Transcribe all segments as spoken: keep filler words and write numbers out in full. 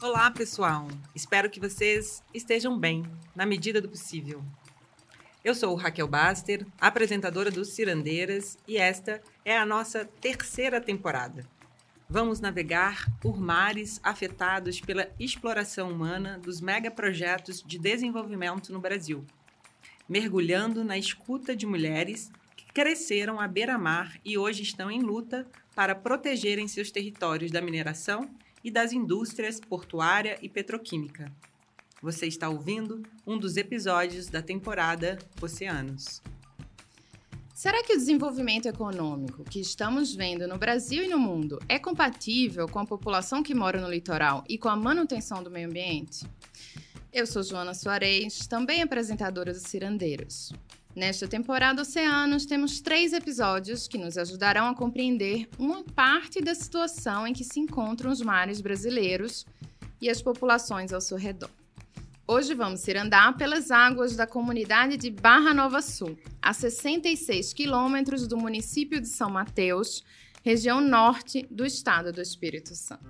Olá, pessoal! Espero que vocês estejam bem, na medida do possível. Eu sou Raquel Baster, apresentadora dos Cirandeiras, e esta é a nossa terceira temporada. Vamos navegar por mares afetados pela exploração humana dos megaprojetos de desenvolvimento no Brasil, mergulhando na escuta de mulheres que cresceram à beira-mar e hoje estão em luta para protegerem seus territórios da mineração e das indústrias portuária e petroquímica. Você está ouvindo um dos episódios da temporada Oceanos. Será que o desenvolvimento econômico que estamos vendo no Brasil e no mundo é compatível com a população que mora no litoral e com a manutenção do meio ambiente? Eu sou Joana Soares, também apresentadora dos Cirandeiros. Nesta temporada Oceanos, temos três episódios que nos ajudarão a compreender uma parte da situação em que se encontram os mares brasileiros e as populações ao seu redor. Hoje vamos cirandar pelas águas da comunidade de Barra Nova Sul, a sessenta e seis quilômetros do município de São Mateus, região norte do estado do Espírito Santo.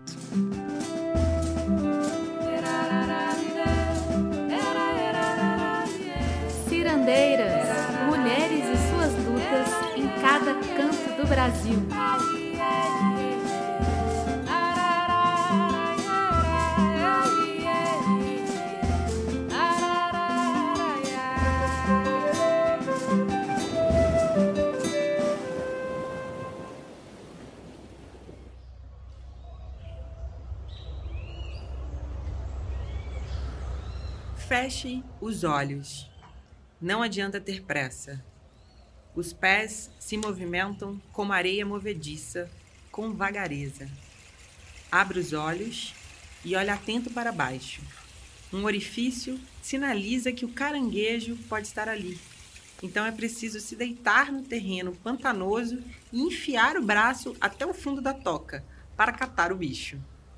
Cirandeiras, mulheres e suas lutas em cada canto do Brasil. Feche os olhos. Não adianta ter pressa. Os pés se movimentam como areia movediça, com vagareza. Abre os olhos e olha atento para baixo. Um orifício sinaliza que o caranguejo pode estar ali. Então é preciso se deitar no terreno pantanoso e enfiar o braço até o fundo da toca para catar o bicho.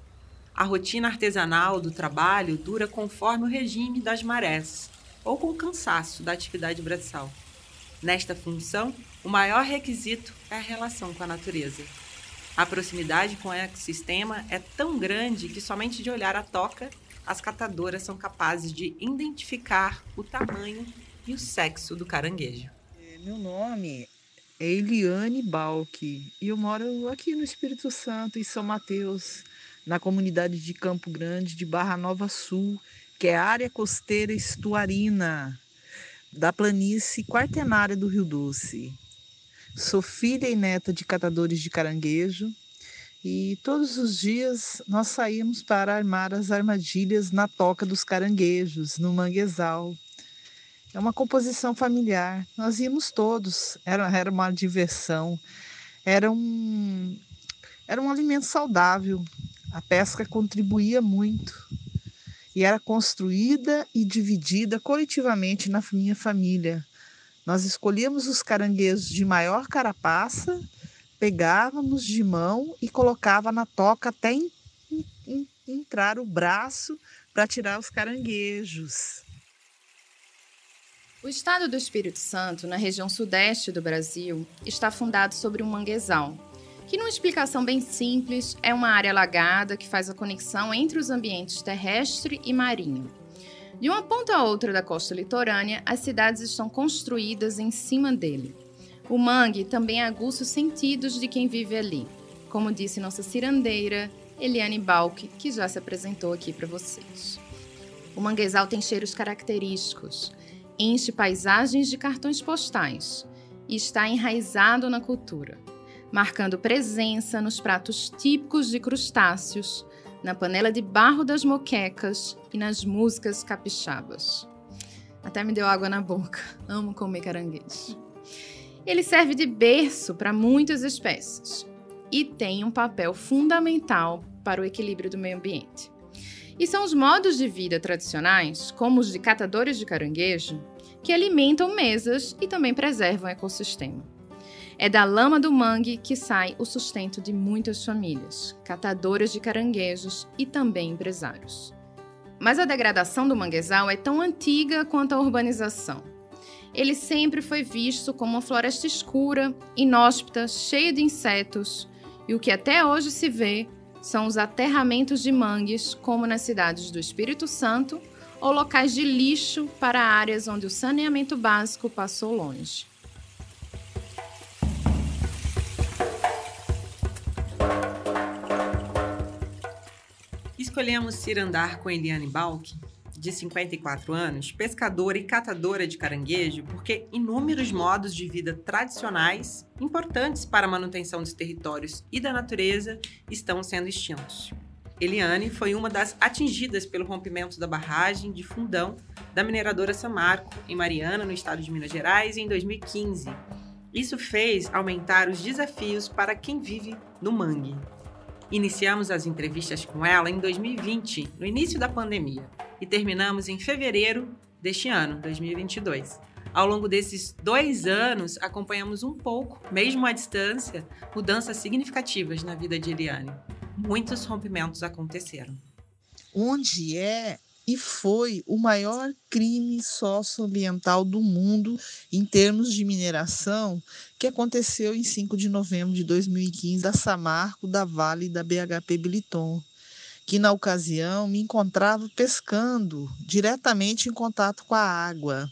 A rotina artesanal do trabalho dura conforme o regime das marés, ou com o cansaço da atividade braçal. Nesta função, o maior requisito é a relação com a natureza. A proximidade com o ecossistema é tão grande que somente de olhar a toca, as catadoras são capazes de identificar o tamanho e o sexo do caranguejo. Meu nome é Eliane Balck e eu moro aqui no Espírito Santo, em São Mateus, na comunidade de Campo Grande, de Barra Nova Sul, que é a área costeira estuarina da planície quaternária do Rio Doce. Sou filha e neta de catadores de caranguejo e todos os dias nós saímos para armar as armadilhas na toca dos caranguejos, no manguezal. É uma composição familiar, nós íamos todos, era, era uma diversão, era um, era um alimento saudável. A pesca contribuía muito e era construída e dividida coletivamente na minha família. Nós escolhíamos os caranguejos de maior carapaça, pegávamos de mão e colocava na toca até in, in, entrar o braço para tirar os caranguejos. O estado do Espírito Santo, na região sudeste do Brasil, está fundado sobre um manguezal, que, numa explicação bem simples, é uma área alagada que faz a conexão entre os ambientes terrestre e marinho. De uma ponta a outra da costa litorânea, as cidades estão construídas em cima dele. O mangue também aguça os sentidos de quem vive ali, como disse nossa cirandeira, Eliane Balck, que já se apresentou aqui para vocês. O manguezal tem cheiros característicos, enche paisagens de cartões postais e está enraizado na cultura, marcando presença nos pratos típicos de crustáceos, na panela de barro das moquecas e nas músicas capixabas. Até me deu água na boca, amo comer caranguejo. Ele serve de berço para muitas espécies e tem um papel fundamental para o equilíbrio do meio ambiente. E são os modos de vida tradicionais, como os de catadores de caranguejo, que alimentam mesas e também preservam o ecossistema. É da lama do mangue que sai o sustento de muitas famílias, catadoras de caranguejos e também empresários. Mas a degradação do manguezal é tão antiga quanto a urbanização. Ele sempre foi visto como uma floresta escura, inóspita, cheia de insetos, e o que até hoje se vê são os aterramentos de mangues, como nas cidades do Espírito Santo, ou locais de lixo para áreas onde o saneamento básico passou longe. Escolhemos ir andar com Eliane Balck, de cinquenta e quatro anos, pescadora e catadora de caranguejo, porque inúmeros modos de vida tradicionais, importantes para a manutenção dos territórios e da natureza, estão sendo extintos. Eliane foi uma das atingidas pelo rompimento da barragem de Fundão da mineradora Samarco, em Mariana, no estado de Minas Gerais, em dois mil e quinze. Isso fez aumentar os desafios para quem vive no mangue. Iniciamos as entrevistas com ela em dois mil e vinte, no início da pandemia, e terminamos em fevereiro deste ano, dois mil e vinte e dois. Ao longo desses dois anos, acompanhamos um pouco, mesmo à distância, mudanças significativas na vida de Eliane. Muitos rompimentos aconteceram. Onde é e foi o maior crime socioambiental do mundo em termos de mineração, que aconteceu em cinco de novembro de dois mil e quinze, da Samarco, da Vale e da B H P Billiton, que na ocasião me encontrava pescando diretamente em contato com a água,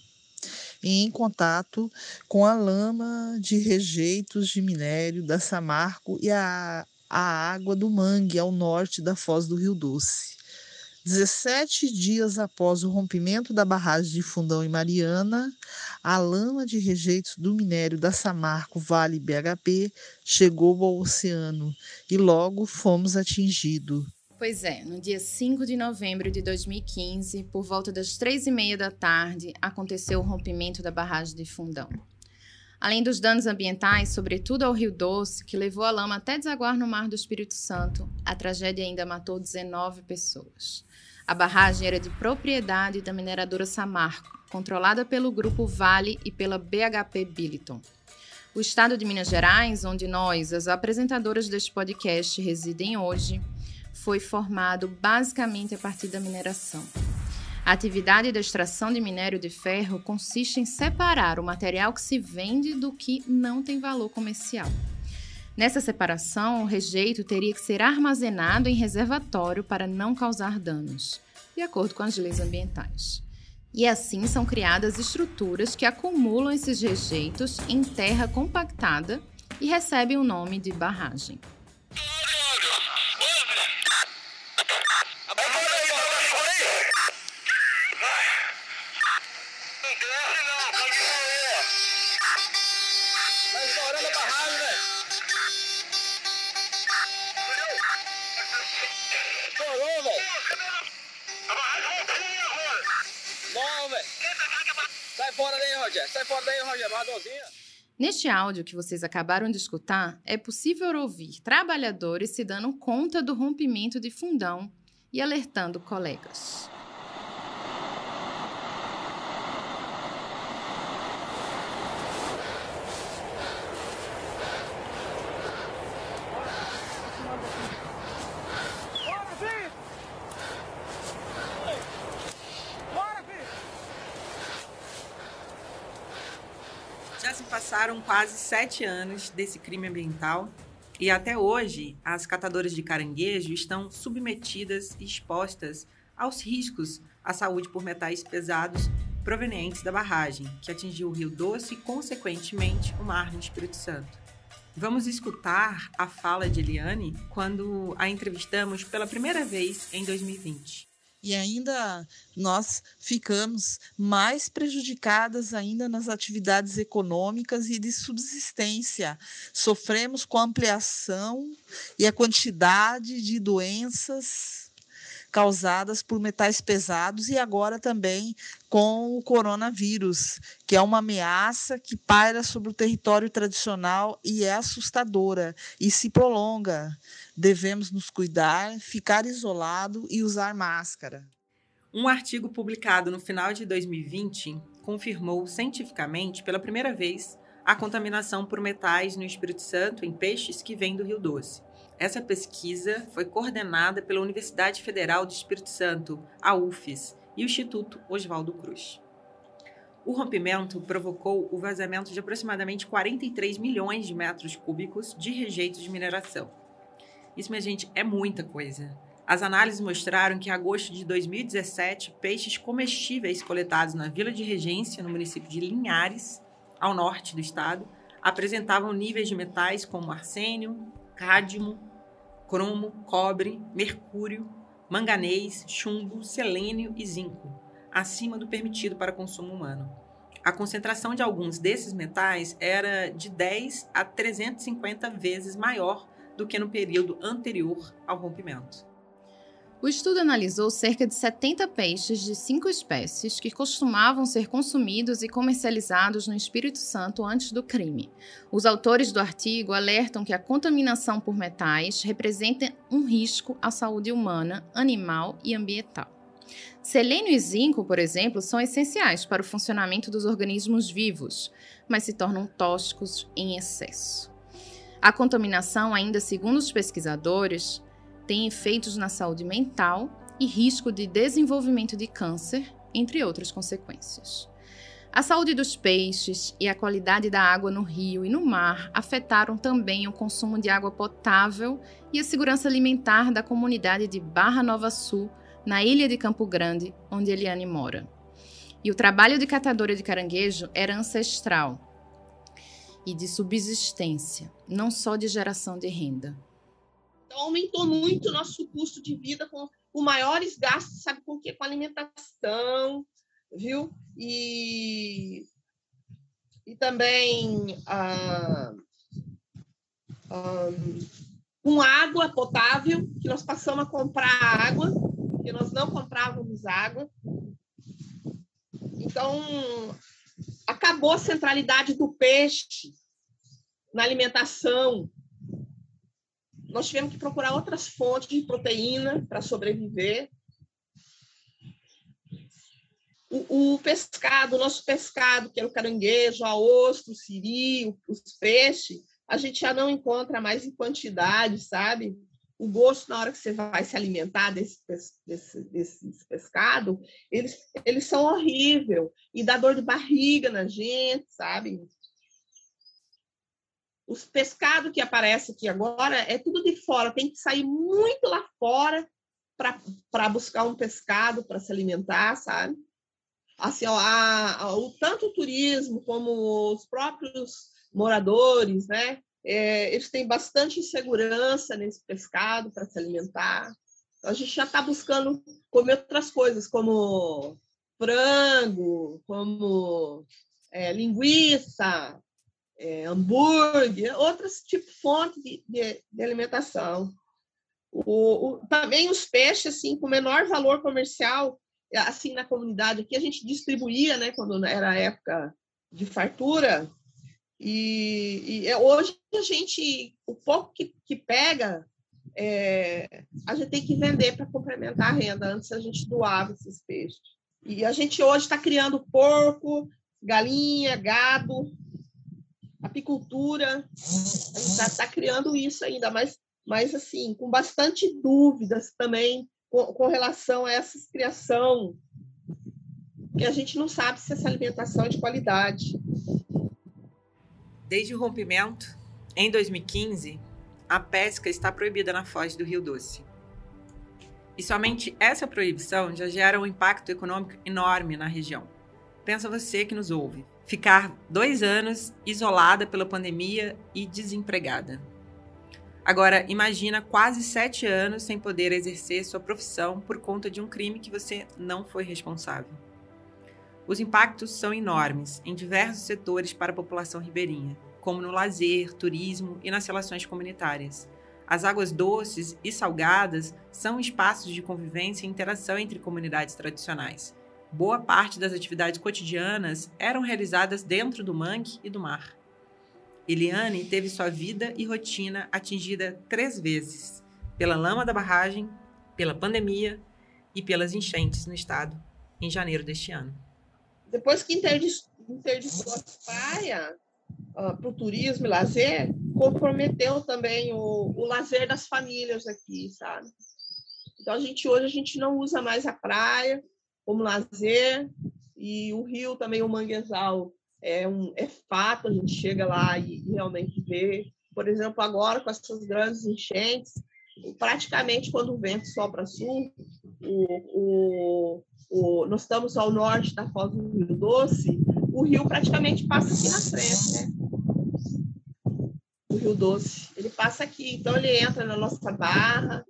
e em contato com a lama de rejeitos de minério da Samarco e a, a água do mangue ao norte da foz do Rio Doce. dezessete dias após o rompimento da barragem de Fundão em Mariana, a lama de rejeitos do minério da Samarco, Vale e B H P chegou ao oceano e logo fomos atingidos. Pois é, no dia cinco de novembro de dois mil e quinze, por volta das três e meia da tarde, aconteceu o rompimento da barragem de Fundão. Além dos danos ambientais, sobretudo ao Rio Doce, que levou a lama até desaguar no Mar do Espírito Santo, a tragédia ainda matou dezenove pessoas. A barragem era de propriedade da mineradora Samarco, controlada pelo grupo Vale e pela B H P Billiton. O estado de Minas Gerais, onde nós, as apresentadoras deste podcast, residem hoje, foi formado basicamente a partir da mineração. A atividade da extração de minério de ferro consiste em separar o material que se vende do que não tem valor comercial. Nessa separação, o rejeito teria que ser armazenado em reservatório para não causar danos, de acordo com as leis ambientais. E assim são criadas estruturas que acumulam esses rejeitos em terra compactada e recebem o nome de barragem. Sai fora daí, Rogério. Sai fora daí, Rogério. Barradorzinha. Neste áudio que vocês acabaram de escutar, é possível ouvir trabalhadores se dando conta do rompimento de Fundão e alertando colegas. Já se passaram quase sete anos desse crime ambiental e até hoje as catadoras de caranguejo estão submetidas e expostas aos riscos à saúde por metais pesados provenientes da barragem, que atingiu o Rio Doce e, consequentemente, o mar no Espírito Santo. Vamos escutar a fala de Eliane quando a entrevistamos pela primeira vez em dois mil e vinte. E ainda nós ficamos mais prejudicadas ainda nas atividades econômicas e de subsistência. Sofremos com a ampliação e a quantidade de doenças causadas por metais pesados e agora também com o coronavírus, que é uma ameaça que paira sobre o território tradicional e é assustadora e se prolonga. Devemos nos cuidar, ficar isolado e usar máscara. Um artigo publicado no final de dois mil e vinte confirmou cientificamente pela primeira vez a contaminação por metais no Espírito Santo em peixes que vêm do Rio Doce. Essa pesquisa foi coordenada pela Universidade Federal do Espírito Santo, a U F E S, e o Instituto Oswaldo Cruz. O rompimento provocou o vazamento de aproximadamente quarenta e três milhões de metros cúbicos de rejeitos de mineração. Isso, minha gente, é muita coisa. As análises mostraram que em agosto de dois mil e dezessete, peixes comestíveis coletados na Vila de Regência, no município de Linhares, ao norte do estado, apresentavam níveis de metais como arsênio, cádmio, cromo, cobre, mercúrio, manganês, chumbo, selênio e zinco, acima do permitido para consumo humano. A concentração de alguns desses metais era de dez a trezentos e cinquenta vezes maior do que no período anterior ao rompimento. O estudo analisou cerca de setenta peixes de cinco espécies que costumavam ser consumidos e comercializados no Espírito Santo antes do crime. Os autores do artigo alertam que a contaminação por metais representa um risco à saúde humana, animal e ambiental. Selênio e zinco, por exemplo, são essenciais para o funcionamento dos organismos vivos, mas se tornam tóxicos em excesso. A contaminação, ainda segundo os pesquisadores, tem efeitos na saúde mental e risco de desenvolvimento de câncer, entre outras consequências. A saúde dos peixes e a qualidade da água no rio e no mar afetaram também o consumo de água potável e a segurança alimentar da comunidade de Barra Nova Sul, na ilha de Campo Grande, onde Eliane mora. E o trabalho de catadora de caranguejo era ancestral e de subsistência, não só de geração de renda. Então, aumentou muito o nosso custo de vida com, com maiores gastos, sabe com o quê? Com alimentação, viu? E, e também ah, ah, com água potável, que nós passamos a comprar água, porque nós não comprávamos água. Então, acabou a centralidade do peixe na alimentação. Nós tivemos que procurar outras fontes de proteína para sobreviver. O, o pescado, o nosso pescado, que é o caranguejo, a ostra, o siri, os peixes, a gente já não encontra mais em quantidade, sabe? O gosto, na hora que você vai se alimentar desse, desse, desse pescado, eles, eles são horríveis e dá dor de barriga na gente, sabe? Os pescados que aparecem aqui agora é tudo de fora, tem que sair muito lá fora para buscar um pescado para se alimentar, sabe? Assim, ó, a, a, o, tanto o turismo como os próprios moradores, né? É, eles têm bastante insegurança nesse pescado para se alimentar. Então, a gente já está buscando comer outras coisas, como frango, como é, linguiça, É, hambúrguer, outros tipos de fonte de, de, de alimentação. O, o, também os peixes, assim, com menor valor comercial, assim, na comunidade aqui, a gente distribuía, né, quando era a época de fartura, e, e hoje a gente, o pouco que, que pega, é, a gente tem que vender para complementar a renda. Antes a gente doava esses peixes. E a gente hoje está criando porco, galinha, gado, apicultura, a gente está tá criando isso ainda, mas, mas assim, com bastante dúvidas também com, com relação a essa criação, que a gente não sabe se essa alimentação é de qualidade. Desde o rompimento, em dois mil e quinze, a pesca está proibida na foz do Rio Doce. E somente essa proibição já gera um impacto econômico enorme na região. Pensa você que nos ouve. Ficar dois anos isolada pela pandemia e desempregada. Agora, imagina quase sete anos sem poder exercer sua profissão por conta de um crime que você não foi responsável. Os impactos são enormes em diversos setores para a população ribeirinha, como no lazer, turismo e nas relações comunitárias. As águas doces e salgadas são espaços de convivência e interação entre comunidades tradicionais. Boa parte das atividades cotidianas eram realizadas dentro do mangue e do mar. Eliane teve sua vida e rotina atingida três vezes, pela lama da barragem, pela pandemia e pelas enchentes no estado, em janeiro deste ano. Depois que interditou as praias uh, para o turismo e lazer, comprometeu também o, o lazer das famílias aqui, sabe? Então, a gente, hoje a gente não usa mais a praia como lazer, e o rio também, o manguezal, é, um, é fato, a gente chega lá e, e realmente vê. Por exemplo, agora com essas grandes enchentes, praticamente quando o vento sopra sul, o, o, o, nós estamos ao norte da foz do Rio Doce, o rio praticamente passa aqui na frente, né? O Rio Doce, ele passa aqui, então ele entra na nossa barra.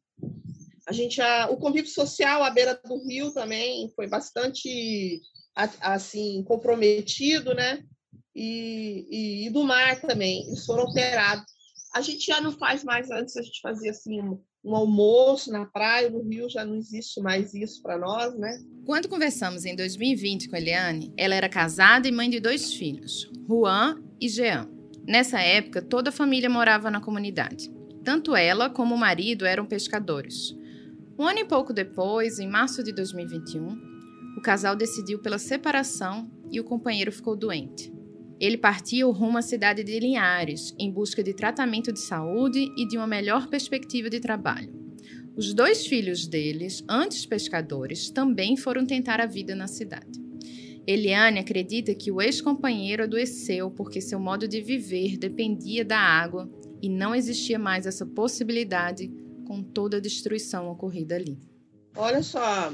A gente, a, o convívio social à beira do rio também foi bastante assim comprometido, né? E, e, e do mar também, eles foram alterados. A gente já não faz mais, antes a gente fazia assim um, um almoço na praia, no rio já não existe mais isso para nós, né? Quando conversamos em dois mil e vinte com a Eliane, ela era casada e mãe de dois filhos, Juan e Jean. Nessa época, toda a família morava na comunidade. Tanto ela como o marido eram pescadores. Um ano e pouco depois, em março de dois mil e vinte e um, o casal decidiu pela separação e o companheiro ficou doente. Ele partiu rumo à cidade de Linhares, em busca de tratamento de saúde e de uma melhor perspectiva de trabalho. Os dois filhos deles, antes pescadores, também foram tentar a vida na cidade. Eliane acredita que o ex-companheiro adoeceu porque seu modo de viver dependia da água e não existia mais essa possibilidade com toda a destruição ocorrida ali. Olha só,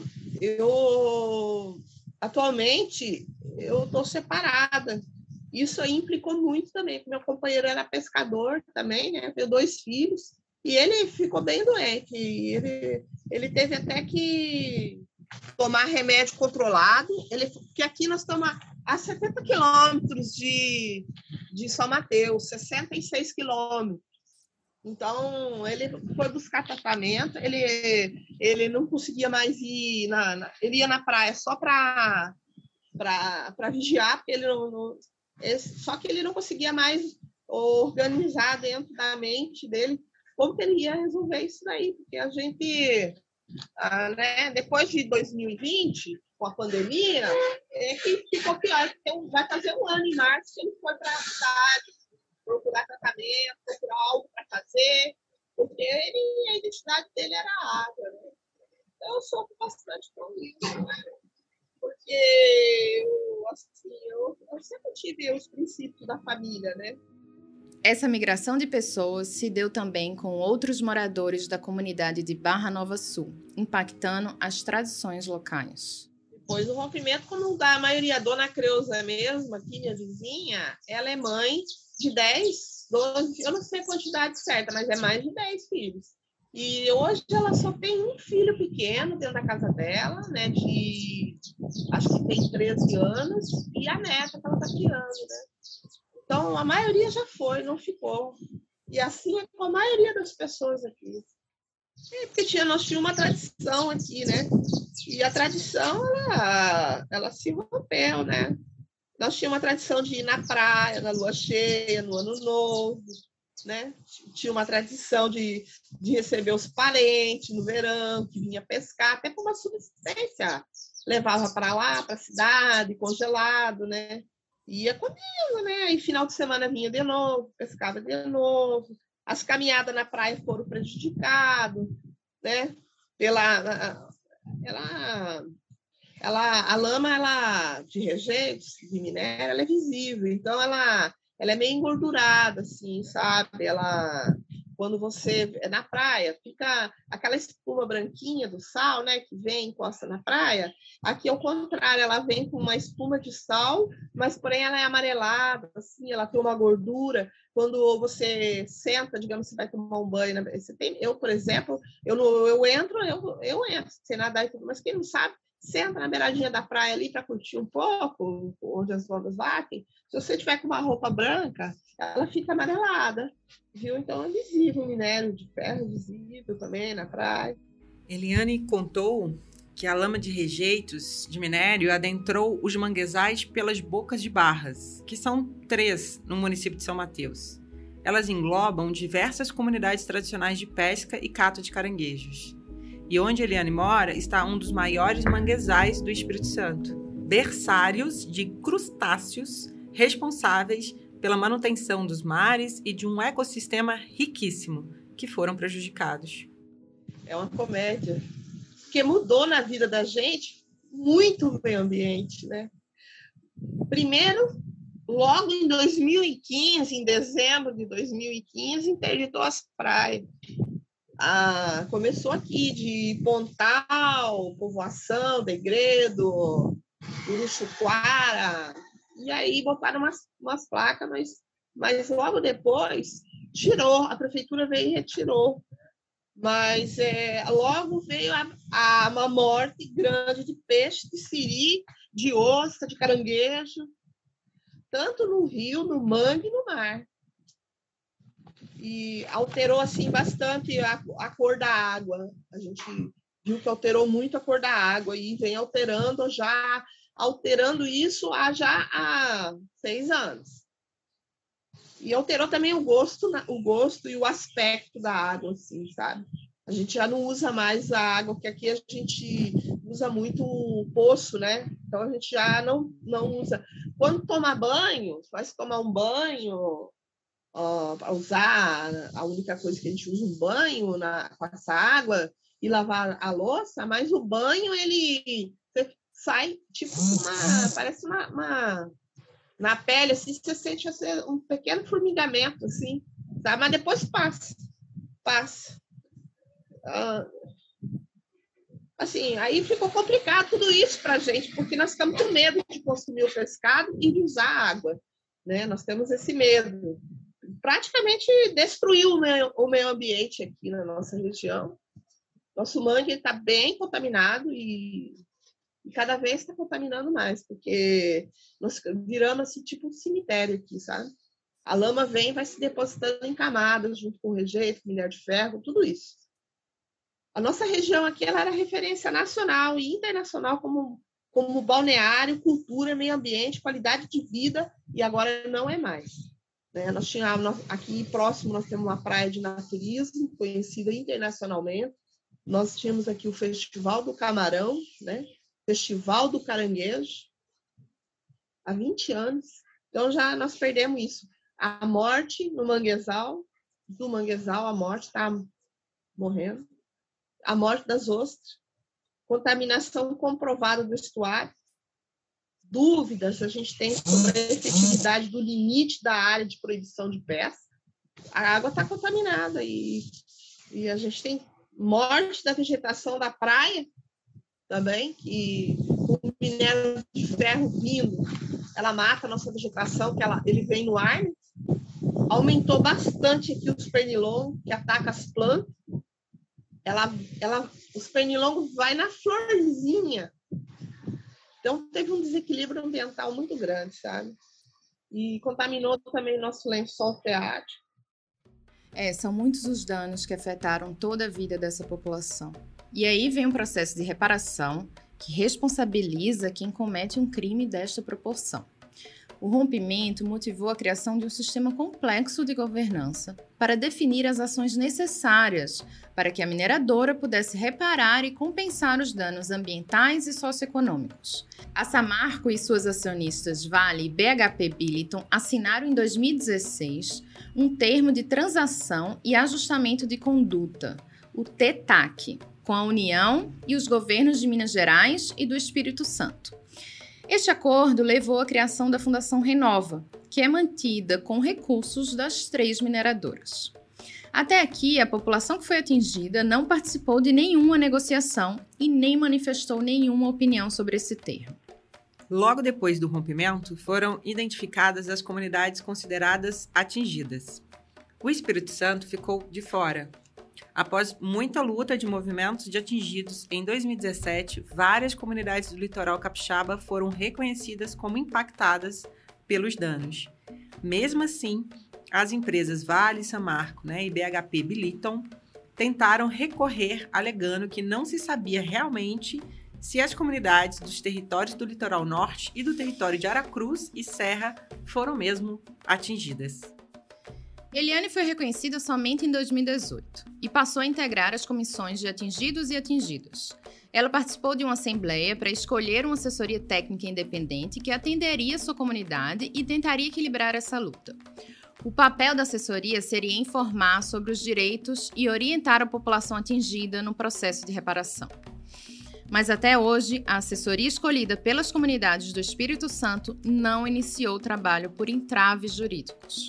eu atualmente eu estou separada. Isso aí implicou muito também, porque meu companheiro era pescador também, né? Teve dois filhos, e ele ficou bem doente. Ele, ele teve até que tomar remédio controlado, ele, porque aqui nós estamos a setenta quilômetros de, de São Mateus, sessenta e seis quilômetros. Então, ele foi buscar tratamento, ele, ele não conseguia mais ir, na, na, ele ia na praia só para vigiar, porque ele não... não só que ele não conseguia mais organizar dentro da mente dele como que ele ia resolver isso daí, porque a gente, ah, né, depois de dois mil e vinte, com a pandemia, é que ficou pior, porque vai fazer um ano em março que ele foi para a cidade procurar tratamento, procurar algo para fazer, porque ele, a identidade dele era a água, né? Então eu sofro bastante com isso, né? Porque eu, assim, eu, eu sempre tive os princípios da família, né? Essa migração de pessoas se deu também com outros moradores da comunidade de Barra Nova Sul, impactando as tradições locais. Depois do rompimento, como a maioria, a dona Creuza mesmo, aqui minha vizinha, ela é mãe de dez, doze, eu não sei a quantidade certa, mas é mais de dez filhos. E hoje ela só tem um filho pequeno dentro da casa dela, né, de, acho que tem treze anos, e a neta que ela está criando, né. Então, a maioria já foi, não ficou. E assim é com a maioria das pessoas aqui. É porque tinha, nós tínhamos uma tradição aqui, né, e a tradição, ela, ela se rompeu, né. Nós tínhamos uma tradição de ir na praia, na lua cheia, no ano novo, né? Tinha uma tradição de, de receber os parentes no verão, que vinha pescar, até por uma subsistência. Levava para lá, para a cidade, congelado, né? Ia comendo, né? Aí final de semana vinha de novo, pescava de novo. As caminhadas na praia foram prejudicadas, né? Pela, ela, ela, a lama ela, de rejeitos, de minério, ela é visível, então ela... ela é meio engordurada, assim, sabe? Ela, quando você é na praia, fica aquela espuma branquinha do sal, né? Que vem, encosta na praia. Aqui, ao contrário, ela vem com uma espuma de sal, mas, porém, ela é amarelada, assim, ela tem uma gordura. Quando você senta, digamos, você vai tomar um banho, né? Você tem, eu, por exemplo, eu, não, eu entro, eu, eu entro, sem nadar e tudo, mas quem não sabe, senta na beiradinha da praia ali para curtir um pouco, onde as ondas batem. Se você tiver com uma roupa branca, ela fica amarelada, viu? Então é visível o minério de ferro, visível também na praia. Eliane contou que a lama de rejeitos de minério adentrou os manguezais pelas bocas de barras, que são três no município de São Mateus. Elas englobam diversas comunidades tradicionais de pesca e cata de caranguejos. E onde Eliane mora está um dos maiores manguezais do Espírito Santo, berçários de crustáceos responsáveis pela manutenção dos mares e de um ecossistema riquíssimo, que foram prejudicados. É uma comédia, porque mudou na vida da gente muito o meio ambiente, né? Primeiro, logo em dois mil e quinze, em dezembro de dois mil e quinze, interditou as praias. Ah, começou aqui de Pontal, Povoação, Degredo, Uruçuquara, e aí botaram umas, umas placas, mas, mas logo depois tirou, a prefeitura veio e retirou. Mas é, logo veio a, a, uma morte grande de peixe, de siri, de ostra, de caranguejo, tanto no rio, no mangue e no mar. E alterou assim bastante a, a cor da água. A gente viu que alterou muito a cor da água e vem alterando já, alterando isso há já há seis anos. E alterou também o gosto, o gosto e o aspecto da água, assim, sabe? A gente já não usa mais a água, porque aqui a gente usa muito o poço, né? Então a gente já não, não usa. Quando toma banho, vai tomar um banho, Uh, para usar, a única coisa que a gente usa um banho na, com essa água e lavar a louça, mas o banho, ele sai tipo uma, parece uma, uma na pele, assim, você sente assim, um pequeno formigamento, assim, tá? Mas depois passa, passa. Uh, assim, aí ficou complicado tudo isso para a gente, porque nós ficamos com medo de consumir o pescado e de usar a água, né? Nós temos esse medo. Praticamente destruiu o meio, o meio ambiente aqui na nossa região. Nosso mangue está bem contaminado e, e cada vez está contaminando mais, porque nós viramos assim, tipo um cemitério aqui, sabe? A lama vem e vai se depositando em camadas, junto com o rejeito, minério de ferro, tudo isso. A nossa região aqui ela era referência nacional e internacional como, como balneário, cultura, meio ambiente, qualidade de vida, e agora não é mais. Né? Nós tínhamos, aqui próximo nós temos uma praia de naturismo, conhecida internacionalmente. Nós tínhamos aqui o Festival do Camarão, né? Festival do Caranguejo, há vinte anos. Então, já nós perdemos isso. A morte no manguezal, do manguezal, a morte está morrendo. A morte das ostras. Contaminação comprovada do estuário. Dúvidas a gente tem sobre a efetividade do limite da área de proibição de pesca. A água está contaminada e, e a gente tem morte da vegetação da praia também, que o minério de ferro vindo, ela mata a nossa vegetação, que ela, ele vem no ar. Aumentou bastante aqui os pernilongos, que atacam as plantas. Ela, ela, os pernilongos vai na florzinha. Então, teve um desequilíbrio ambiental muito grande, sabe? E contaminou também o nosso lençol freático. É, são muitos os danos que afetaram toda a vida dessa população. E aí vem um processo de reparação que responsabiliza quem comete um crime desta proporção. O rompimento motivou a criação de um sistema complexo de governança para definir as ações necessárias para que a mineradora pudesse reparar e compensar os danos ambientais e socioeconômicos. A Samarco e suas acionistas Vale e B H P Billiton assinaram em dois mil e dezesseis um termo de transação e ajustamento de conduta, o T T A C, com a União e os governos de Minas Gerais e do Espírito Santo. Este acordo levou à criação da Fundação Renova, que é mantida com recursos das três mineradoras. Até aqui, a população que foi atingida não participou de nenhuma negociação e nem manifestou nenhuma opinião sobre esse termo. Logo depois do rompimento, foram identificadas as comunidades consideradas atingidas. O Espírito Santo ficou de fora. Após muita luta de movimentos de atingidos, em dois mil e dezessete, várias comunidades do litoral capixaba foram reconhecidas como impactadas pelos danos. Mesmo assim, as empresas Vale, Samarco, né, e B H P Billiton tentaram recorrer, alegando que não se sabia realmente se as comunidades dos territórios do litoral norte e do território de Aracruz e Serra foram mesmo atingidas. Eliane foi reconhecida somente em dois mil e dezoito e passou a integrar as comissões de atingidos e atingidas. Ela participou de uma assembleia para escolher uma assessoria técnica independente que atenderia sua comunidade e tentaria equilibrar essa luta. O papel da assessoria seria informar sobre os direitos e orientar a população atingida no processo de reparação. Mas até hoje, a assessoria escolhida pelas comunidades do Espírito Santo não iniciou o trabalho por entraves jurídicos.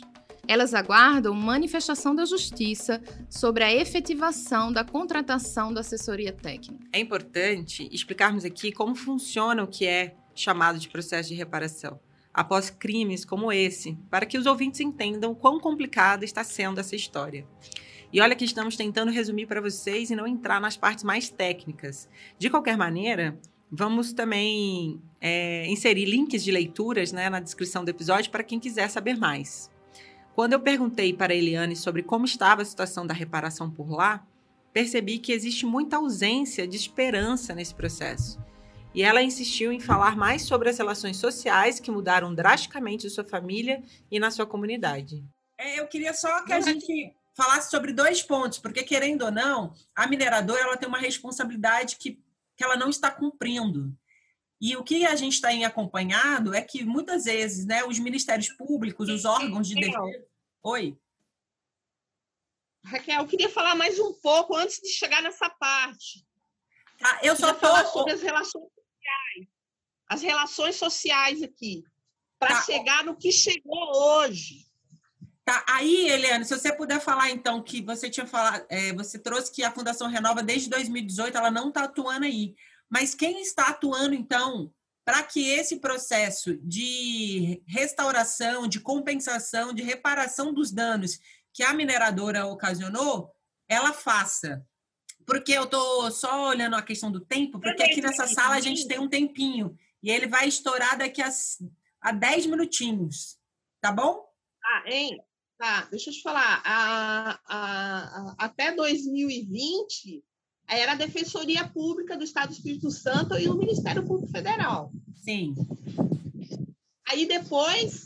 Elas aguardam manifestação da Justiça sobre a efetivação da contratação da assessoria técnica. É importante explicarmos aqui como funciona o que é chamado de processo de reparação, após crimes como esse, para que os ouvintes entendam quão complicada está sendo essa história. E olha que estamos tentando resumir para vocês e não entrar nas partes mais técnicas. De qualquer maneira, vamos também é, inserir links de leituras, né, na descrição do episódio para quem quiser saber mais. Quando eu perguntei para a Eliane sobre como estava a situação da reparação por lá, percebi que existe muita ausência de esperança nesse processo. E ela insistiu em falar mais sobre as relações sociais que mudaram drasticamente em sua família e na sua comunidade. É, eu queria só que a gente falasse sobre dois pontos, porque, querendo ou não, a mineradora ela tem uma responsabilidade que, que ela não está cumprindo. E o que a gente tem acompanhado é que, muitas vezes, né, os ministérios públicos, os órgãos de defesa... Oi? Raquel, eu queria falar mais um pouco antes de chegar nessa parte. Tá, eu só falar tô... sobre as relações sociais. As relações sociais aqui, para Tá. chegar no que chegou hoje. Tá, aí, Eliane, se você puder falar, então, que você tinha falado, é, você trouxe que a Fundação Renova, desde dois mil e dezoito, ela não está atuando aí. Mas quem está atuando, então, para que esse processo de restauração, de compensação, de reparação dos danos que a mineradora ocasionou, ela faça? Porque eu estou só olhando a questão do tempo, porque aqui nessa sala a gente tem um tempinho, e ele vai estourar daqui a, a dez minutinhos, tá bom? Ah, hein? Tá, deixa eu te falar. A, a, a, até dois mil e vinte... era a Defensoria Pública do Estado do Espírito Santo e o Ministério Público Federal. Sim. Aí depois,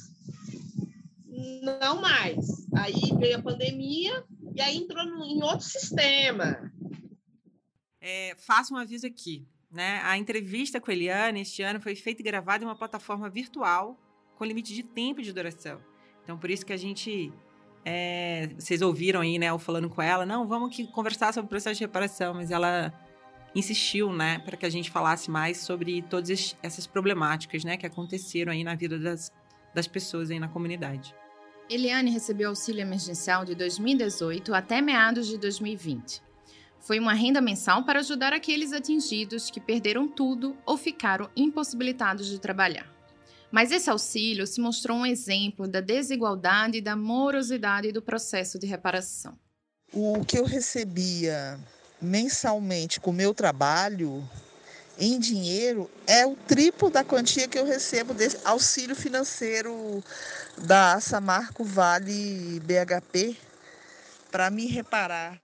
não mais. Aí veio a pandemia e aí entrou no, em outro sistema. É, faço um aviso aqui, né? A entrevista com a Eliane este ano foi feita e gravada em uma plataforma virtual com limite de tempo de duração. Então, por isso que a gente... É, vocês ouviram aí, né, eu falando com ela, não, vamos aqui conversar sobre o processo de reparação, mas ela insistiu, né, para que a gente falasse mais sobre todas essas problemáticas, né, que aconteceram aí na vida das, das pessoas aí na comunidade. Eliane recebeu auxílio emergencial de dois mil e dezoito até meados de dois mil e vinte. Foi uma renda mensal para ajudar aqueles atingidos que perderam tudo ou ficaram impossibilitados de trabalhar. Mas esse auxílio se mostrou um exemplo da desigualdade e da morosidade do processo de reparação. O que eu recebia mensalmente com o meu trabalho, em dinheiro, é o triplo da quantia que eu recebo desse auxílio financeiro da Samarco Vale B H P para me reparar.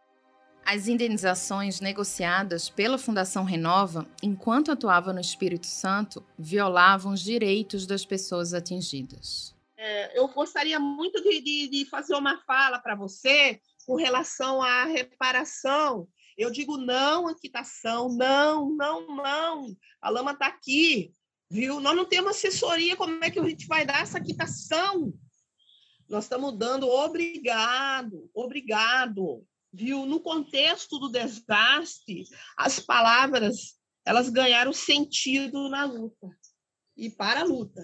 As indenizações negociadas pela Fundação Renova, enquanto atuava no Espírito Santo, violavam os direitos das pessoas atingidas. É, eu gostaria muito de, de, de fazer uma fala para você com relação à reparação. Eu digo não à quitação, não, não, não. A lama está aqui, viu? Nós não temos assessoria, como é que a gente vai dar essa quitação? Nós estamos dando obrigado, obrigado. Viu? No contexto do desastre, as palavras elas ganharam sentido na luta e para a luta.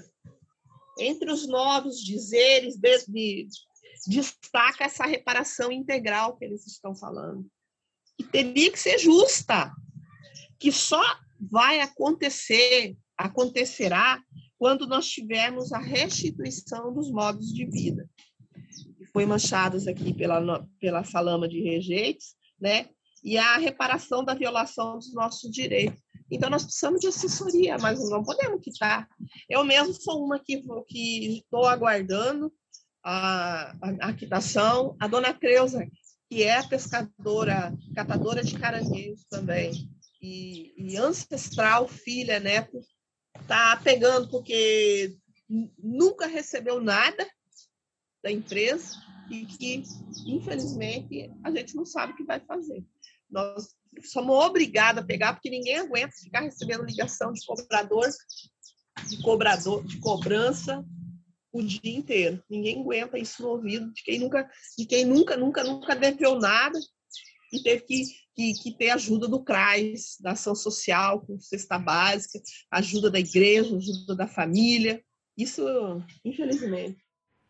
Entre os novos dizeres, desde, destaca essa reparação integral que eles estão falando. E teria que ser justa, que só vai acontecer, acontecerá quando nós tivermos a restituição dos modos de vida. Foi manchados aqui pela, pela salama de rejeitos, né? E a reparação da violação dos nossos direitos. Então, nós precisamos de assessoria, mas não podemos quitar. Eu mesmo sou uma que estou aguardando a, a, a quitação. A dona Creuza, que é pescadora, catadora de caranguejos também, e, e ancestral, filha, neto, está pegando porque nunca recebeu nada da empresa e que, infelizmente, a gente não sabe o que vai fazer. Nós somos obrigados a pegar, porque ninguém aguenta ficar recebendo ligação de cobrador, de cobrador, de cobrança o dia inteiro. Ninguém aguenta isso no ouvido de quem nunca, de quem nunca, nunca, nunca deveu nada e teve que, que, que ter ajuda do CRAS, da ação social, com cesta básica, ajuda da igreja, ajuda da família. Isso, infelizmente.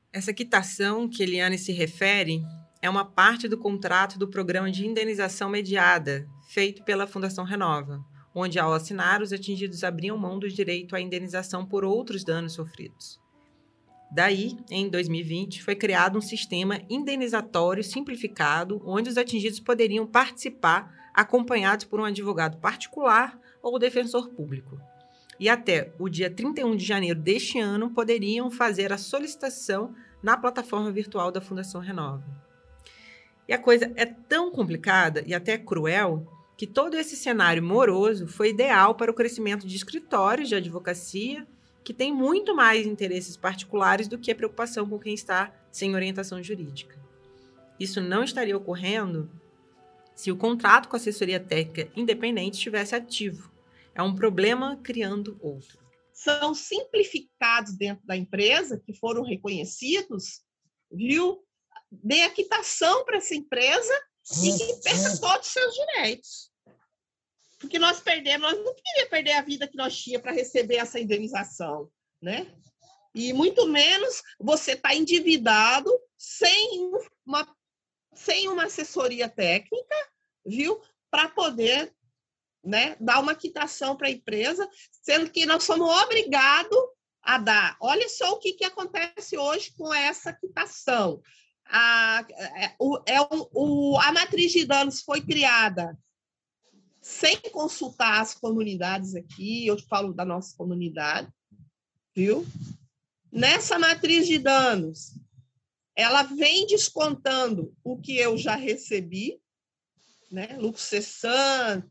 Essa quitação que Eliane se refere é uma parte do contrato do Programa de Indenização Mediada, feito pela Fundação Renova, onde, ao assinar, os atingidos abriam mão do direito à indenização por outros danos sofridos. Daí, em dois mil e vinte, foi criado um sistema indenizatório simplificado, onde os atingidos poderiam participar acompanhados por um advogado particular ou defensor público. E até o dia trinta e um de janeiro deste ano poderiam fazer a solicitação na plataforma virtual da Fundação Renova. E a coisa é tão complicada e até cruel que todo esse cenário moroso foi ideal para o crescimento de escritórios de advocacia que têm muito mais interesses particulares do que a preocupação com quem está sem orientação jurídica. Isso não estaria ocorrendo se o contrato com a assessoria técnica independente estivesse ativo. É um problema criando outro. São simplificados dentro da empresa, que foram reconhecidos, viu? Dê a quitação para essa empresa e que perca todos os seus direitos. Porque nós perdemos, nós não queríamos perder a vida que nós tínhamos para receber essa indenização, né? E muito menos você está endividado sem uma, sem uma assessoria técnica, viu? Para poder, né, dar uma quitação para a empresa, sendo que nós somos obrigados a dar. Olha só o que, que acontece hoje com essa quitação. A, é, o, é o, a matriz de danos foi criada sem consultar as comunidades aqui, eu falo da nossa comunidade, viu? Nessa matriz de danos, ela vem descontando o que eu já recebi, né? Lucro cessante,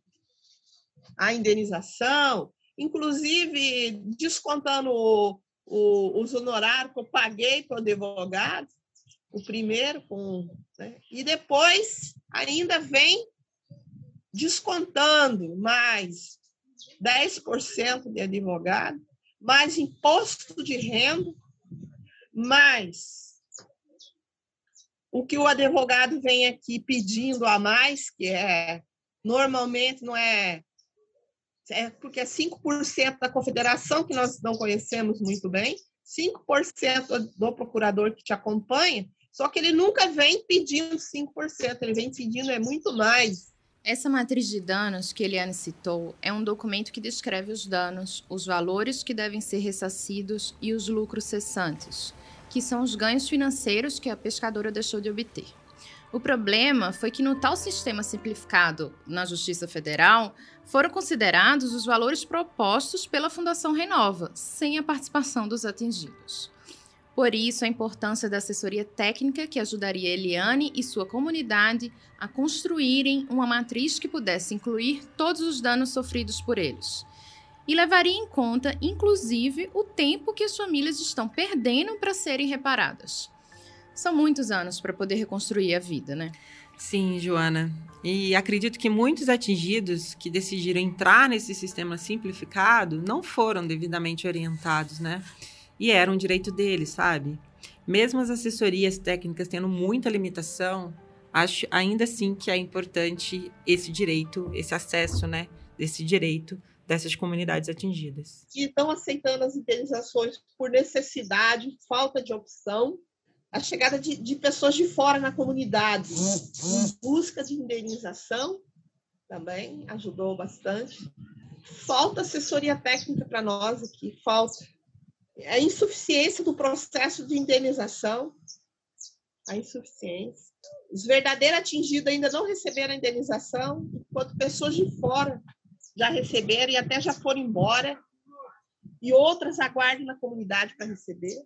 a indenização, inclusive descontando o, o, os honorários que eu paguei para o advogado, o primeiro, com, né? E depois ainda vem descontando mais dez por cento de advogado, mais imposto de renda, mais o que o advogado vem aqui pedindo a mais, que é normalmente não é, é porque é cinco por cento da confederação, que nós não conhecemos muito bem, cinco por cento do procurador que te acompanha, só que ele nunca vem pedindo cinco por cento, ele vem pedindo é muito mais. Essa matriz de danos que Eliane citou é um documento que descreve os danos, os valores que devem ser ressarcidos e os lucros cessantes, que são os ganhos financeiros que a pescadora deixou de obter. O problema foi que no tal sistema simplificado na Justiça Federal foram considerados os valores propostos pela Fundação Renova, sem a participação dos atingidos. Por isso, a importância da assessoria técnica que ajudaria Eliane e sua comunidade a construírem uma matriz que pudesse incluir todos os danos sofridos por eles. E levaria em conta, inclusive, o tempo que as famílias estão perdendo para serem reparadas. São muitos anos para poder reconstruir a vida, né? Sim, Joana. E acredito que muitos atingidos que decidiram entrar nesse sistema simplificado não foram devidamente orientados, né? E era um direito deles, sabe? Mesmo as assessorias técnicas tendo muita limitação, acho ainda assim que é importante esse direito, esse acesso, né, desse direito dessas comunidades atingidas. Que estão aceitando as indenizações por necessidade, falta de opção, a chegada de, de pessoas de fora na comunidade, em busca de indenização, também ajudou bastante. Falta assessoria técnica para nós aqui, falta. A insuficiência do processo de indenização, a insuficiência. Os verdadeiros atingidos ainda não receberam a indenização, enquanto pessoas de fora já receberam e até já foram embora, e outras aguardam na comunidade para receber.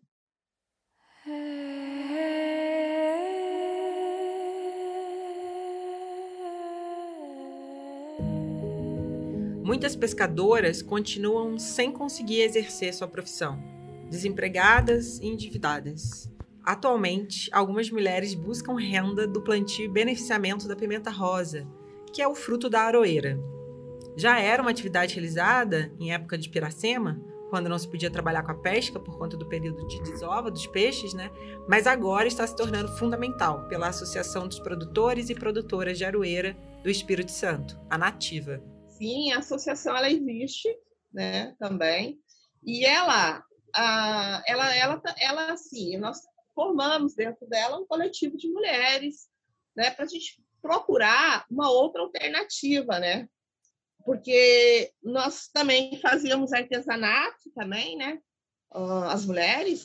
Muitas pescadoras continuam sem conseguir exercer sua profissão, desempregadas e endividadas. Atualmente, algumas mulheres buscam renda do plantio e beneficiamento da pimenta rosa, que é o fruto da aroeira. Já era uma atividade realizada em época de Piracema, quando não se podia trabalhar com a pesca por conta do período de desova dos peixes, né? Mas agora está se tornando fundamental pela Associação dos Produtores e Produtoras de Aroeira do Espírito Santo, a Nativa. Sim, a associação ela existe, né, também, e ela, a, ela, ela, ela, assim, nós formamos dentro dela um coletivo de mulheres, né, para a gente procurar uma outra alternativa, né? Porque nós também fazíamos artesanato também, né? As mulheres,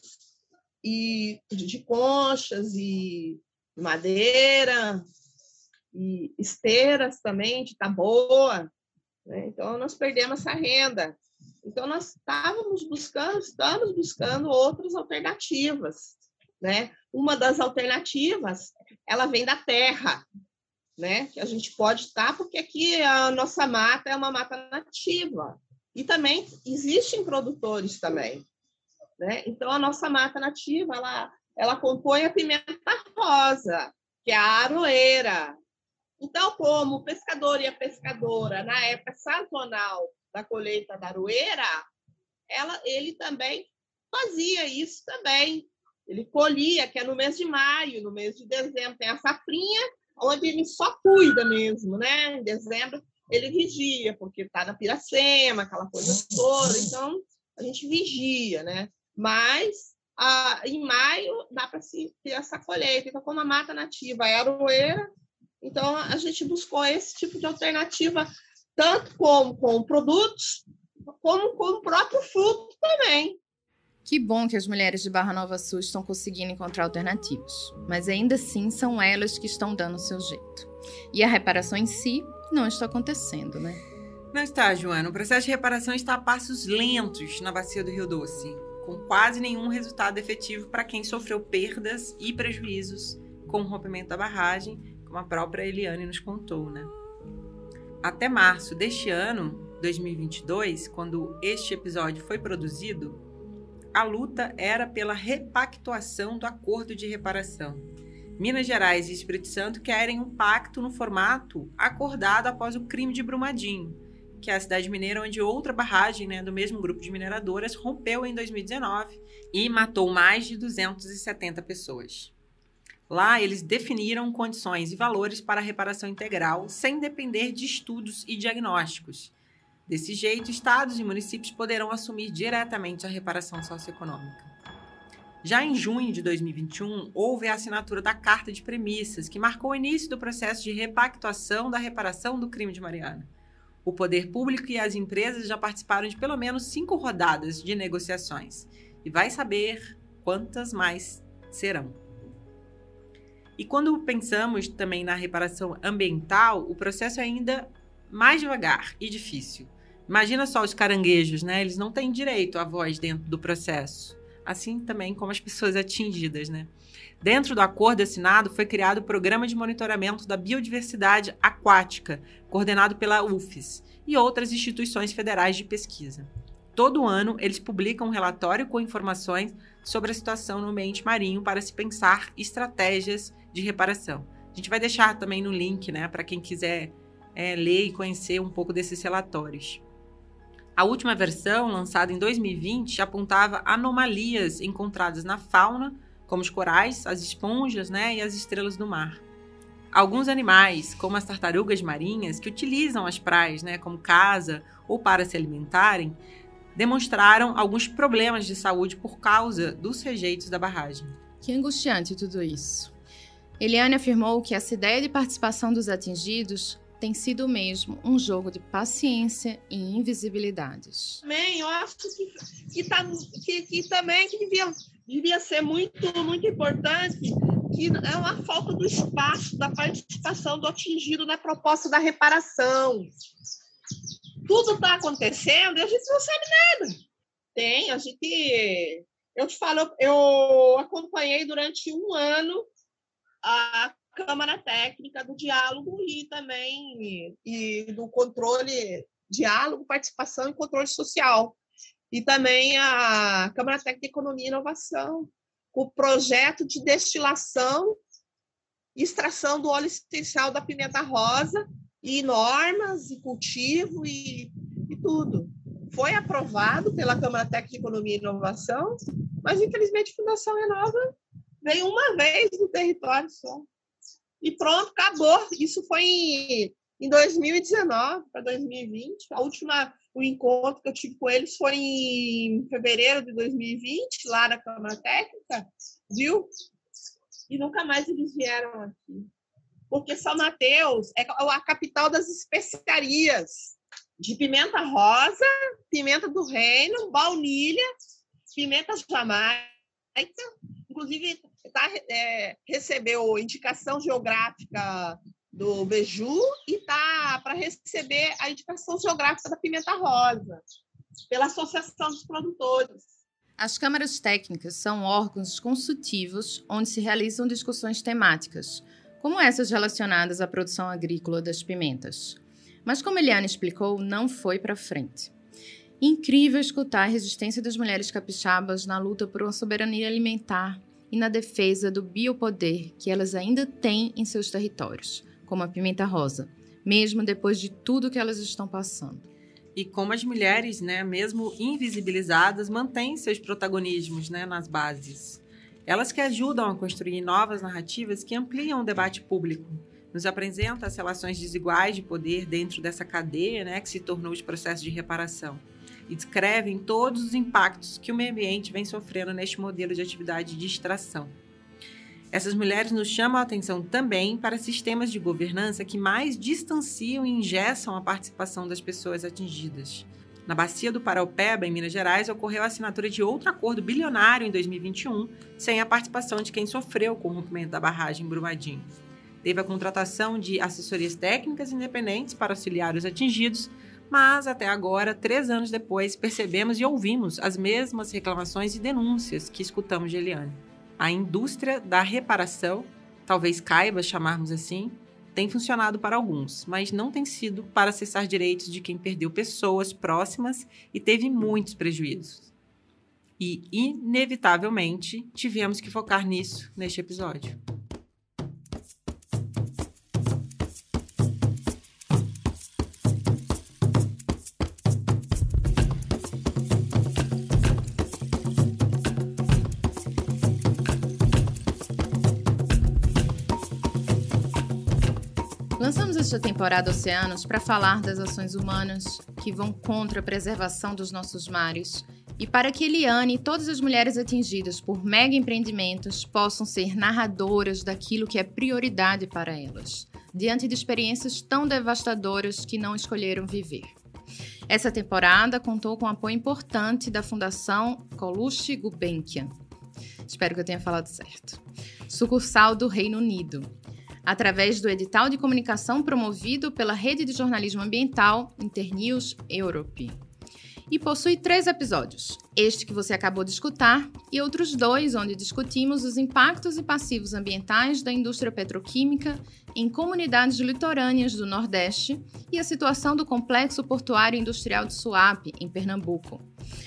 e de conchas e madeira, e esteiras também de taboa, né? Então nós perdemos essa renda. Então nós estávamos buscando, estamos buscando outras alternativas, né? Uma das alternativas, ela vem da terra, né? Que a gente pode estar, porque aqui a nossa mata é uma mata nativa. E também existem produtores também, né? Então, a nossa mata nativa, ela, ela compõe a pimenta rosa, que é a aroeira. Então, como o pescador e a pescadora, na época sazonal da colheita da aroeira, ela, ele também fazia isso também. Ele colhia, que é no mês de maio, no mês de dezembro, tem a safrinha, onde ele só cuida mesmo, né? Em dezembro ele vigia, porque está na piracema, aquela coisa toda, então a gente vigia, né? Mas a, em maio dá para se ter essa colheita. Então, como a mata nativa é aroeira, então a gente buscou esse tipo de alternativa, tanto com, com produtos, como com o próprio fruto também. Que bom que as mulheres de Barra Nova Sul estão conseguindo encontrar alternativas, mas ainda assim são elas que estão dando o seu jeito. E a reparação em si não está acontecendo, né? Não está, Joana. O processo de reparação está a passos lentos na bacia do Rio Doce, com quase nenhum resultado efetivo para quem sofreu perdas e prejuízos com o rompimento da barragem, como a própria Eliane nos contou, né? Até março deste ano, dois mil e vinte e dois, quando este episódio foi produzido, a luta era pela repactuação do acordo de reparação. Minas Gerais e Espírito Santo querem um pacto no formato acordado após o crime de Brumadinho, que é a cidade mineira onde outra barragem, né, do mesmo grupo de mineradoras rompeu em dois mil e dezenove e matou mais de duzentas e setenta pessoas. Lá, eles definiram condições e valores para a reparação integral sem depender de estudos e diagnósticos. Desse jeito, estados e municípios poderão assumir diretamente a reparação socioeconômica. Já em junho de dois mil e vinte e um, houve a assinatura da Carta de Premissas, que marcou o início do processo de repactuação da reparação do crime de Mariana. O poder público e as empresas já participaram de pelo menos cinco rodadas de negociações. E vai saber quantas mais serão. E quando pensamos também na reparação ambiental, o processo é ainda mais devagar e difícil. Imagina só os caranguejos, né? Eles não têm direito à voz dentro do processo. Assim também como as pessoas atingidas, né? Dentro do acordo assinado, foi criado o Programa de Monitoramento da Biodiversidade Aquática, coordenado pela U F E S e outras instituições federais de pesquisa. Todo ano, eles publicam um relatório com informações sobre a situação no ambiente marinho para se pensar estratégias de reparação. A gente vai deixar também no link, né, para quem quiser é, ler e conhecer um pouco desses relatórios. A última versão, lançada em dois mil e vinte, apontava anomalias encontradas na fauna, como os corais, as esponjas, né, e as estrelas do mar. Alguns animais, como as tartarugas marinhas, que utilizam as praias, né, como casa ou para se alimentarem, demonstraram alguns problemas de saúde por causa dos rejeitos da barragem. Que angustiante tudo isso. Eliane afirmou que essa ideia de participação dos atingidos tem sido mesmo um jogo de paciência e invisibilidades. Também, eu acho que, que, tá, que, que também que devia, devia ser muito, muito importante, que é uma falta do espaço, da participação do atingido na proposta da reparação. Tudo está acontecendo e a gente não sabe nada. Tem, a gente... Eu te falo, eu acompanhei durante um ano a Câmara Técnica do Diálogo e também e do controle, diálogo, participação e controle social. E também a Câmara Técnica de Economia e Inovação, o projeto de destilação e extração do óleo essencial da pimenta rosa, e normas, e cultivo, e, e tudo. Foi aprovado pela Câmara Técnica de Economia e Inovação, mas, infelizmente, a Fundação Renova veio uma vez no território só. E pronto, acabou. Isso foi em, em dois mil e dezenove para dois mil e vinte. A última, o encontro que eu tive com eles foi em fevereiro de dois mil e vinte, lá na Câmara Técnica, viu? E nunca mais eles vieram aqui. Porque São Mateus é a capital das especiarias, de pimenta rosa, pimenta do reino, baunilha, pimenta jamaica. Inclusive, tá, é, recebeu indicação geográfica do Beju e está para receber a indicação geográfica da pimenta rosa, pela Associação dos Produtores. As câmaras técnicas são órgãos consultivos onde se realizam discussões temáticas, como essas relacionadas à produção agrícola das pimentas. Mas, como Eliane explicou, não foi para frente. Incrível escutar a resistência das mulheres capixabas na luta por uma soberania alimentar e na defesa do biopoder que elas ainda têm em seus territórios, como a pimenta rosa, mesmo depois de tudo que elas estão passando. E como as mulheres, né, mesmo invisibilizadas, mantêm seus protagonismos, né, nas bases. Elas que ajudam a construir novas narrativas que ampliam o debate público, nos apresenta as relações desiguais de poder dentro dessa cadeia, né, que se tornou de processo de reparação, e descrevem todos os impactos que o meio ambiente vem sofrendo neste modelo de atividade de extração. Essas mulheres nos chamam a atenção também para sistemas de governança que mais distanciam e engessam a participação das pessoas atingidas. Na Bacia do Paraupeba, em Minas Gerais, ocorreu a assinatura de outro acordo bilionário em dois mil e vinte e um, sem a participação de quem sofreu com o rompimento da barragem em Brumadinho. Teve a contratação de assessorias técnicas independentes para auxiliar os atingidos, mas até agora, três anos depois, percebemos e ouvimos as mesmas reclamações e denúncias que escutamos de Eliane. A indústria da reparação, talvez caiba chamarmos assim, tem funcionado para alguns, mas não tem sido para acessar direitos de quem perdeu pessoas próximas e teve muitos prejuízos. E, inevitavelmente, tivemos que focar nisso neste episódio. Lançamos esta temporada Oceanos para falar das ações humanas que vão contra a preservação dos nossos mares e para que Eliane e todas as mulheres atingidas por mega empreendimentos possam ser narradoras daquilo que é prioridade para elas, diante de experiências tão devastadoras que não escolheram viver. Essa temporada contou com o apoio importante da Fundação Coluche Gulbenkian, espero que eu tenha falado certo, sucursal do Reino Unido, através do edital de comunicação promovido pela Rede de Jornalismo Ambiental Internews Europe. E possui três episódios, este que você acabou de escutar e outros dois onde discutimos os impactos e passivos ambientais da indústria petroquímica em comunidades litorâneas do Nordeste e a situação do Complexo Portuário Industrial de Suape, em Pernambuco.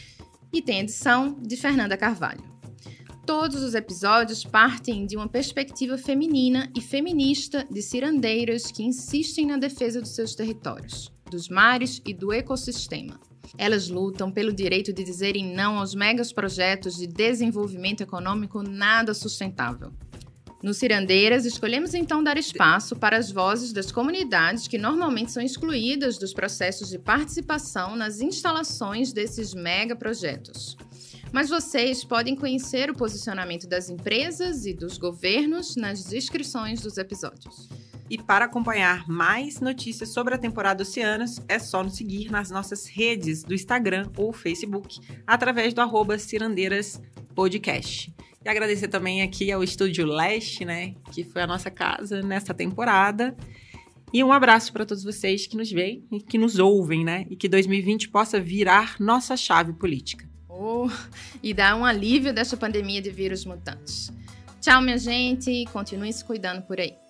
E tem edição de Fernanda Carvalho. Todos os episódios partem de uma perspectiva feminina e feminista de cirandeiras que insistem na defesa dos seus territórios, dos mares e do ecossistema. Elas lutam pelo direito de dizerem não aos megas projetos de desenvolvimento econômico nada sustentável. No Cirandeiras, escolhemos então dar espaço para as vozes das comunidades que normalmente são excluídas dos processos de participação nas instalações desses megaprojetos. Mas vocês podem conhecer o posicionamento das empresas e dos governos nas descrições dos episódios. E para acompanhar mais notícias sobre a temporada Oceanos, é só nos seguir nas nossas redes do Instagram ou Facebook, através do arroba Cirandeiras Podcast. E agradecer também aqui ao Estúdio Leste, né, que foi a nossa casa nessa temporada. E um abraço para todos vocês que nos veem e que nos ouvem, né, e que dois mil e vinte possa virar nossa chave política. Oh, e dar um alívio dessa pandemia de vírus mutantes. Tchau, minha gente, continue se cuidando por aí.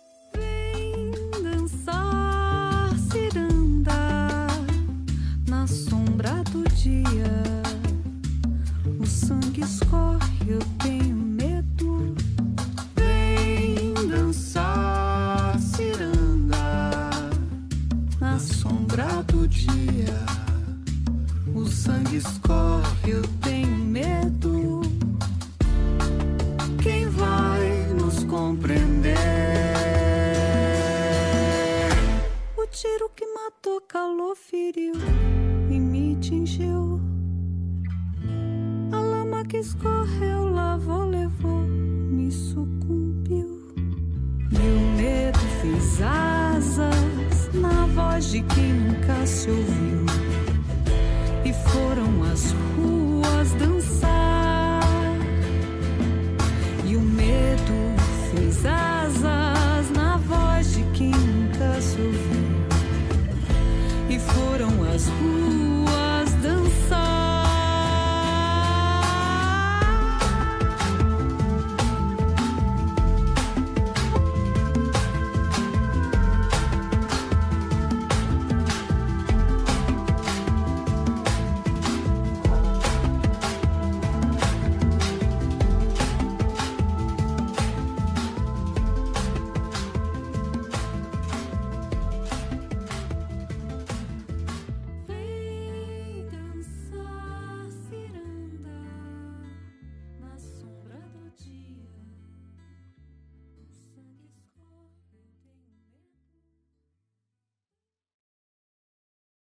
Vem dançar, ciranda, na sombra do dia. O sangue escorre, eu tenho medo. Vem dançar, ciranda, na sombra do dia. O sangue escorre, eu tenho medo. Quem vai nos compreender? O tiro que matou calor feriu. voz de quem nunca se ouviu. E foram as ruas